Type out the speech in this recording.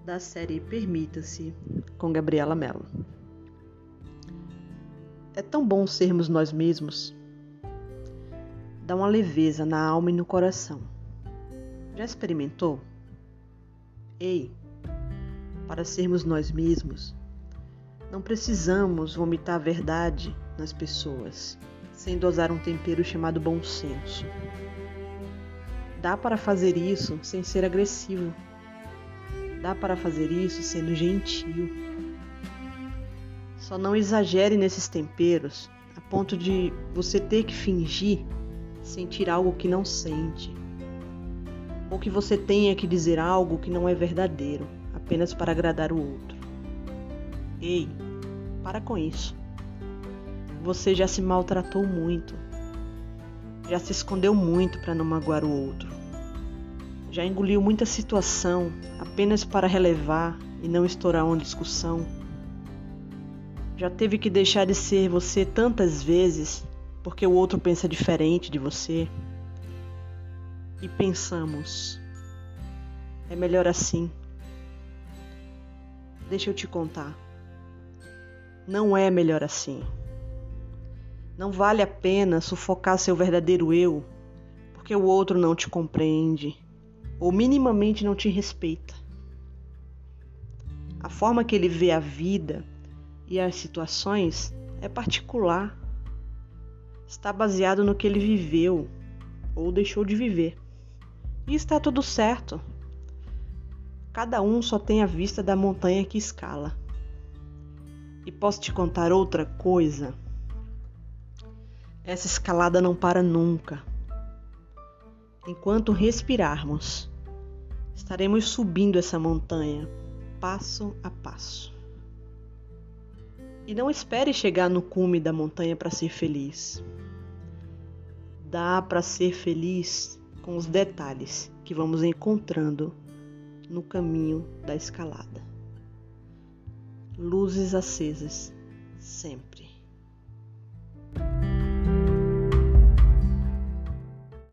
da série Permita-se, com Gabriela Mello. É tão bom sermos nós mesmos. Dá uma leveza na alma e no coração. Já experimentou? Ei, para sermos nós mesmos, não precisamos vomitar a verdade nas pessoas, sem dosar um tempero chamado bom senso. Dá para fazer isso sem ser agressivo. Dá para fazer isso sendo gentil. Só não exagere nesses temperos a ponto de você ter que fingir sentir algo que não sente. Ou que você tenha que dizer algo que não é verdadeiro, apenas para agradar o outro. Ei, para com isso. Você já se maltratou muito. Já se escondeu muito para não magoar o outro. Já engoliu muita situação apenas para relevar e não estourar uma discussão. Já teve que deixar de ser você tantas vezes porque o outro pensa diferente de você. E pensamos, é melhor assim. Deixa eu te contar. Não é melhor assim. Não vale a pena sufocar seu verdadeiro eu porque o outro não te compreende ou minimamente não te respeita. A forma que ele vê a vida e as situações é particular. Está baseado no que ele viveu ou deixou de viver. E está tudo certo. Cada um só tem a vista da montanha que escala. E posso te contar outra coisa? Essa escalada não para nunca. Enquanto respirarmos, estaremos subindo essa montanha, passo a passo. E não espere chegar no cume da montanha para ser feliz. Dá para ser feliz com os detalhes que vamos encontrando no caminho da escalada. Luzes acesas, sempre.